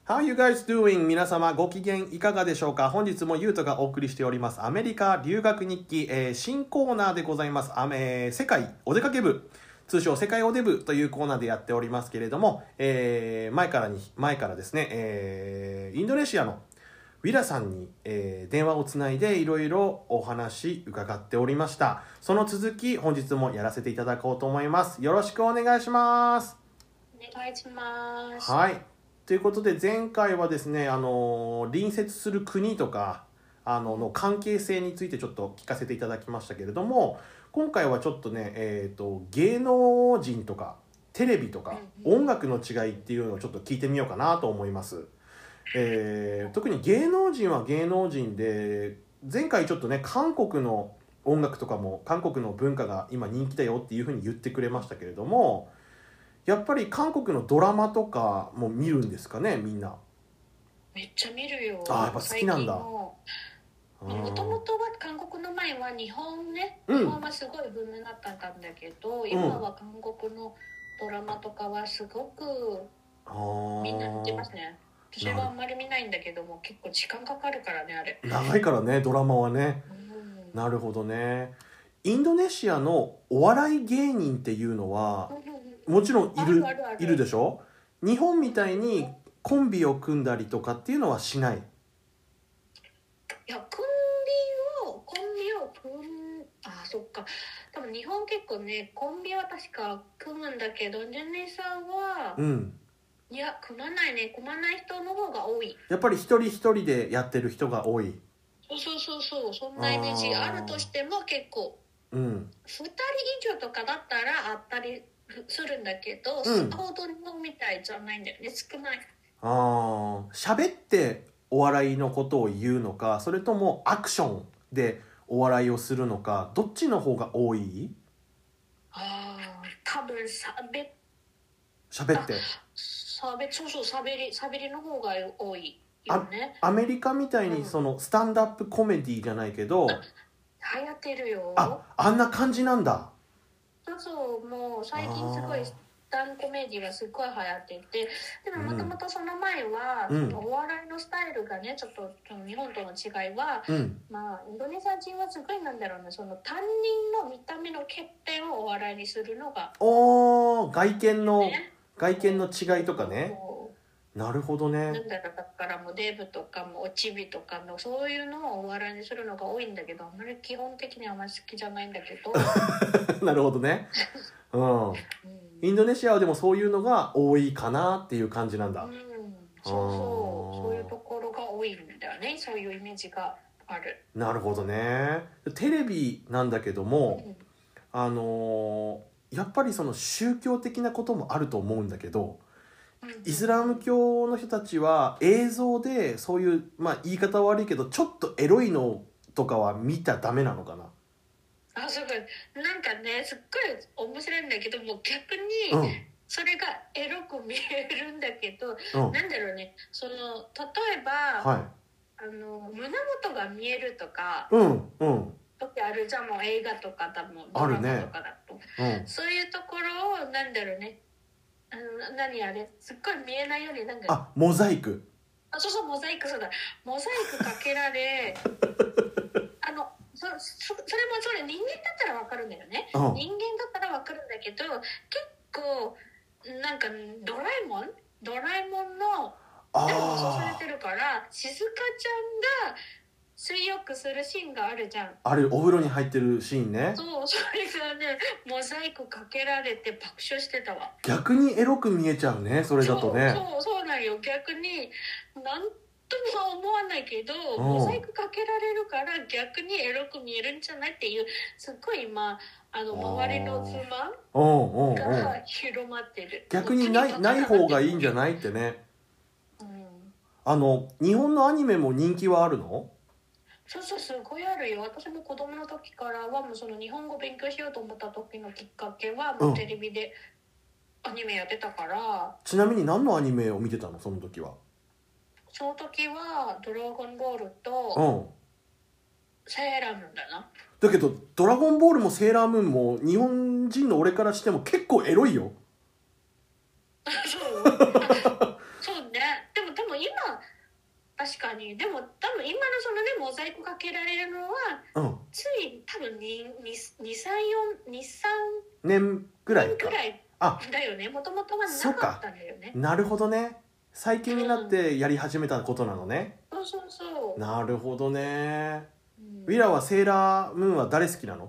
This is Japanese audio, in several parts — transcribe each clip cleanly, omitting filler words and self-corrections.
How you guys doing? 皆様ご機嫌いかがでしょうか。本日もゆうとがお送りしておりますアメリカ留学日記、新コーナーでございます。世界お出かけ部、通称世界お出部というコーナーでやっておりますけれども、前からですね、インドネシアのウィラさんに、電話をつないでいろいろお話伺っておりました。その続き本日もやらせていただこうと思います。よろしくお願いします。 お願いします。 はい。ということで前回はですね、隣接する国とかの関係性についてちょっと聞かせていただきましたけれども、今回はちょっとね、芸能人とかテレビとか音楽の違いっていうのをちょっと聞いてみようかなと思います。特に芸能人は芸能人で、前回ちょっとね韓国の音楽とかも韓国の文化が今人気だよっていうふうに言ってくれましたけれども、やっぱり韓国のドラマとかも見るんですかね、みんな。 めっちゃ見るよ。 やっぱ好きなんだ。 もともとは韓国の前は日本はすごいブームになったんだけど、今は韓国のドラマとかはすごくみんな見てますね。私はあんまり見ないんだけども、結構時間かかるからね、あれ。 長いからね、ドラマはね。なるほどね。インドネシアのお笑い芸人っていうのはもちろんいるでしょ。日本みたいにコンビを組んだりとかっていうのはしない。 いや、コンビそっか。多分日本結構ね、コンビは確か組むんだけど、インドネシアは、いや、組まない人の方が多い。 やっぱり一人一人でやってる人が多い。 そう、そんなイメージがあるとしても結構、2人以上とかだったらあったりするんだけど、さほど日本みたいじゃないんだよね、少ない。 喋ってお笑いのことを言うのか、それともアクションでお笑いをするのか、どっちの方が多い？ 多分喋って喋りの方が多いよね。 アメリカみたいにそのスタンダップコメディじゃないけど、 流行ってるよ。 あんな感じなんだ。 そうもう最近すごいスタンコメディがすごい流行っていて、でももともとその前は、そのお笑いのスタイルがね、ちょっと日本との違いは、インドネシア人はすごいその担任の見た目の欠点をお笑いにするのが、 外見の違いとかね。なるほどね。 だからもうデブとかもおちびとかのそういうのをお笑いにするのが多いんだけど、あんまり基本的にはあんまり好きじゃないんだけどなるほどね。インドネシアはでもそういうのが多いかなっていう感じなんだ。 そういうところが多いんだよね。そういうイメージがある。 なるほどね。テレビなんだけども、やっぱりその宗教的なこともあると思うんだけど、イスラム教の人たちは映像でそういう、言い方は悪いけどちょっとエロいのとかは見たらダメなのかな。 そうか。なんかね、すっごい面白いんだけども、逆にそれがエロく見えるんだけど、なんだろうね、その例えば、胸元が見えるとか、時あるじゃん。もう映画とか多分ドラマとかだと、そういうところをなんだろうね、何あれすっごい見えないようにモザイク。 そうモザイクかけられそれも人間だったらわかるんだよね。人間だったらわかるんだけど、結構なんかドラえもんのでもそうされてるから、静香ちゃんが水浴するシーンがあるじゃん。 お風呂に入ってるシーンね。 それがね、モザイクかけられて爆笑してたわ。 逆にエロく見えちゃうね、それだとね。 そうなんよ。逆になんとも思わないけど、モザイクかけられるから逆にエロく見えるんじゃないっていう、すっごい今周りの不満が広まってる。 逆にない方がいいんじゃないってね。日本のアニメも人気はあるの？ そうすごいあるよ。私も子供の時からはもうその日本語勉強しようと思った時のきっかけはもうテレビでアニメやってたから。 ちなみに何のアニメを見てたの、その時は？ その時はドラゴンボールとセーラームーンだな。 だけどドラゴンボールもセーラームーンも日本人の俺からしても結構エロいよ。 そうね。でも確かに。でも多分今のそのねモザイクかけられるのは、つい多分2、3 年ぐらいか。 だよね。もともとはなかったんだよね。 なるほどね。最近になってやり始めたことなのね。 そう。 なるほどね。ウィラはセーラームーンは誰好きなの？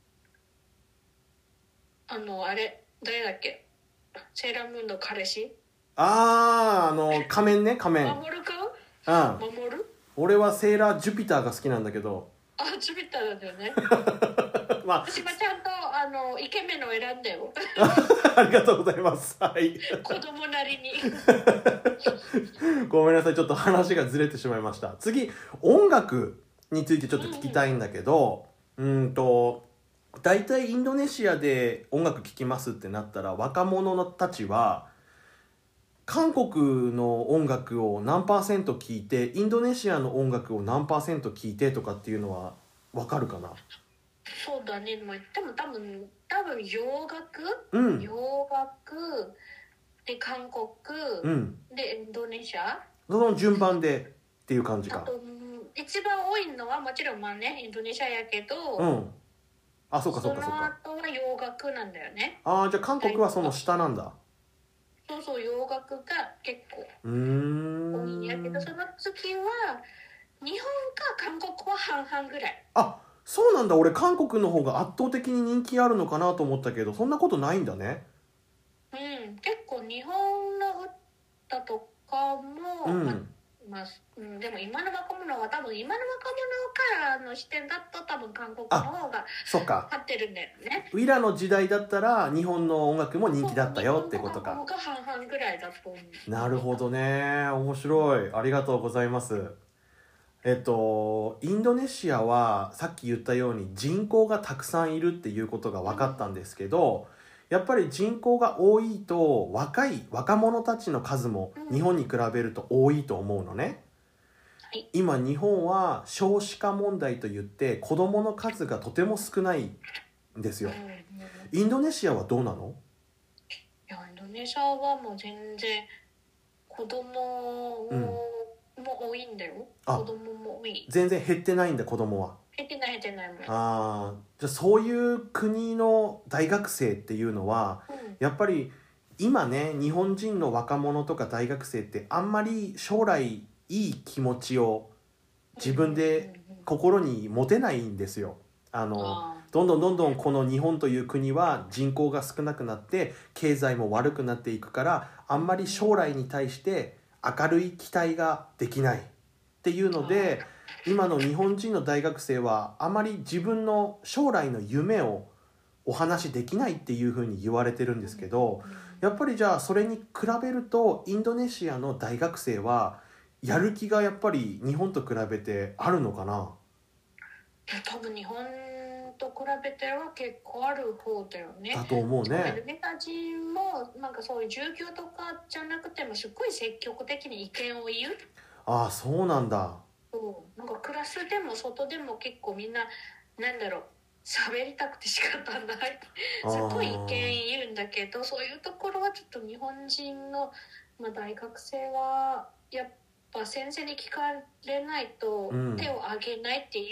あれ誰だっけ？セーラームーンの彼氏？ 仮面ね、仮面。 守るか？守る？ 俺はセーラージュピターが好きなんだけど。 ジュピターなんだよね。私はちゃんとイケメンの選んだよ。 ありがとうございます。はい。 子供なりに。 ごめんなさい、ちょっと話がずれてしまいました。次、音楽についてちょっと聞きたいんだけど、大体インドネシアで音楽聴きますってなったら、若者たちは韓国の音楽を何%聴いて、インドネシアの音楽を何%聴いてとかっていうのは分かるかな？ そうだね。でも多分洋楽、洋楽で韓国、でインドネシア、 その順番でっていう感じか。 あと一番多いのはもちろんインドネシアやけど、 そうか。 その後は洋楽なんだよね。 じゃあ韓国はその下なんだ。 そう洋楽が結構多いんやけど、その次は日本か韓国は半々ぐらい。 そうなんだ。俺韓国の方が圧倒的に人気あるのかなと思ったけど、そんなことないんだね。 結構日本の歌とかも、でも今の若者は多分今の若者からの視点だと多分韓国の方が勝ってるんだよね。 ウィラの時代だったら日本の音楽も人気だったよってことか。 日本の方が半々ぐらいだと思う。 なるほどね。面白い。ありがとうございます。インドネシアはさっき言ったように人口がたくさんいるっていうことが分かったんですけど、やっぱり人口が多いと若者たちの数も日本に比べると多いと思うのね。今日本は少子化問題といって子どもの数がとても少ないんですよ。インドネシアはどうなの？ インドネシアはもう全然子供も多いんだよ。子供も多い。 全然減ってないんだ。子供は減ってないもん。 じゃあそういう国の大学生っていうのは、やっぱり今ね、日本人の若者とか大学生ってあんまり将来いい気持ちを自分で心に持てないんですよ。どんどんこの日本という国は人口が少なくなって経済も悪くなっていくから、あんまり将来に対して明るい期待ができないっていうので、今の日本人の大学生はあまり自分の将来の夢をお話しできないっていうふうに言われてるんですけど、やっぱりじゃあそれに比べるとインドネシアの大学生はやる気がやっぱり日本と比べてあるのかな？ 多分日本と比べては結構ある方だよね。 だと思うね。 アメリカ人もなんかそういう授業とかじゃなくてもすっごい積極的に意見を言う。 そうなんだ。 なんかクラスでも外でも結構みんな喋りたくて仕方ないすごい意見言うんだけど、そういうところはちょっと日本人の、大学生はやっぱ先生に聞かれないと手を挙げないっていう、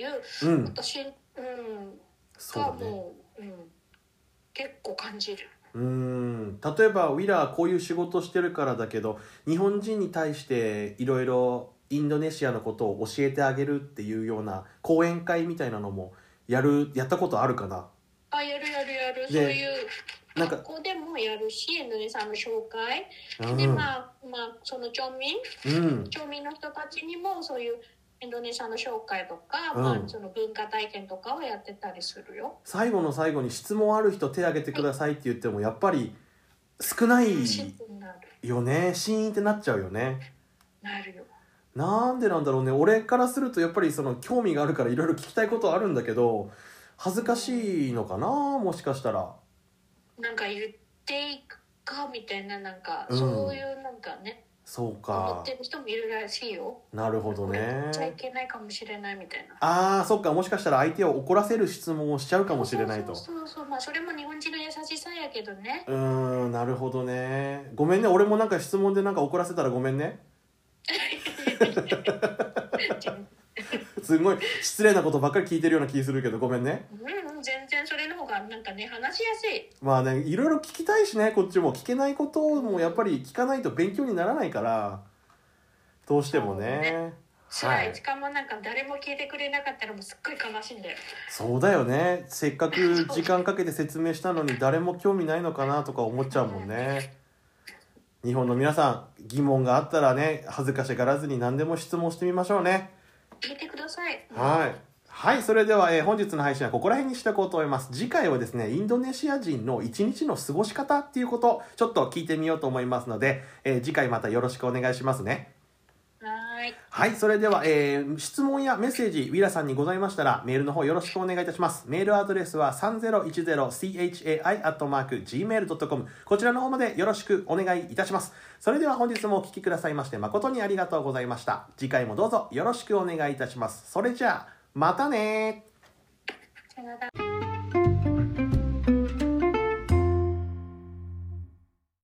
私がもう、結構感じる。 例えばウィラーこういう仕事してるからだけど、日本人に対していろいろインドネシアのことを教えてあげるっていうような講演会みたいなのもやったことあるかな？ やる。そういう学校でもやるし、インドネシアの紹介で、その町民の人たちにもそういうインドネシアの紹介とか、その文化体験とかをやってたりするよ。 最後の最後に質問ある人手挙げてくださいって言ってもやっぱり少ないよね。シーンってなっちゃうよね。 なるよ。 なんでなんだろうね。俺からするとやっぱりその興味があるからいろいろ聞きたいことあるんだけど、恥ずかしいのかな、もしかしたら。 なんか言っていくかみたいな、そういうね。 そうか。 思ってる人もいるらしいよ。 なるほどね。 言っちゃいけないかもしれないみたいな。 そっか。もしかしたら相手を怒らせる質問をしちゃうかもしれないと。 そう。それも日本人の優しさやけどね。 なるほどね。ごめんね。俺も質問で怒らせたらごめんね。 いすごい失礼なことばっかり聞いてるような気するけどごめんね。 全然それの方がなんかね話しやすい。 まあね、いろいろ聞きたいしね、こっちも聞けないこともやっぱり聞かないと勉強にならないからどうしてもね。 辛い。しかもなんか誰も聞いてくれなかったらもうすっごい悲しいんだよ。 そうだよね。せっかく時間かけて説明したのに誰も興味ないのかなとか思っちゃうもんね。日本の皆さん疑問があったらね、恥ずかしがらずに何でも質問してみましょうね。 聞いてください。 はい、それでは、本日の配信はここら辺にしておこうと思います。次回はですね、インドネシア人の一日の過ごし方っていうことをちょっと聞いてみようと思いますので、次回またよろしくお願いしますね。はい、それでは、質問やメッセージウィラさんにございましたらメールの方よろしくお願いいたします。メールアドレスは 3010chai@gmail.com こちらの方までよろしくお願いいたします。それでは本日もお聞きくださいまして誠にありがとうございました。次回もどうぞよろしくお願いいたします。それじゃあまたね。 さよなら。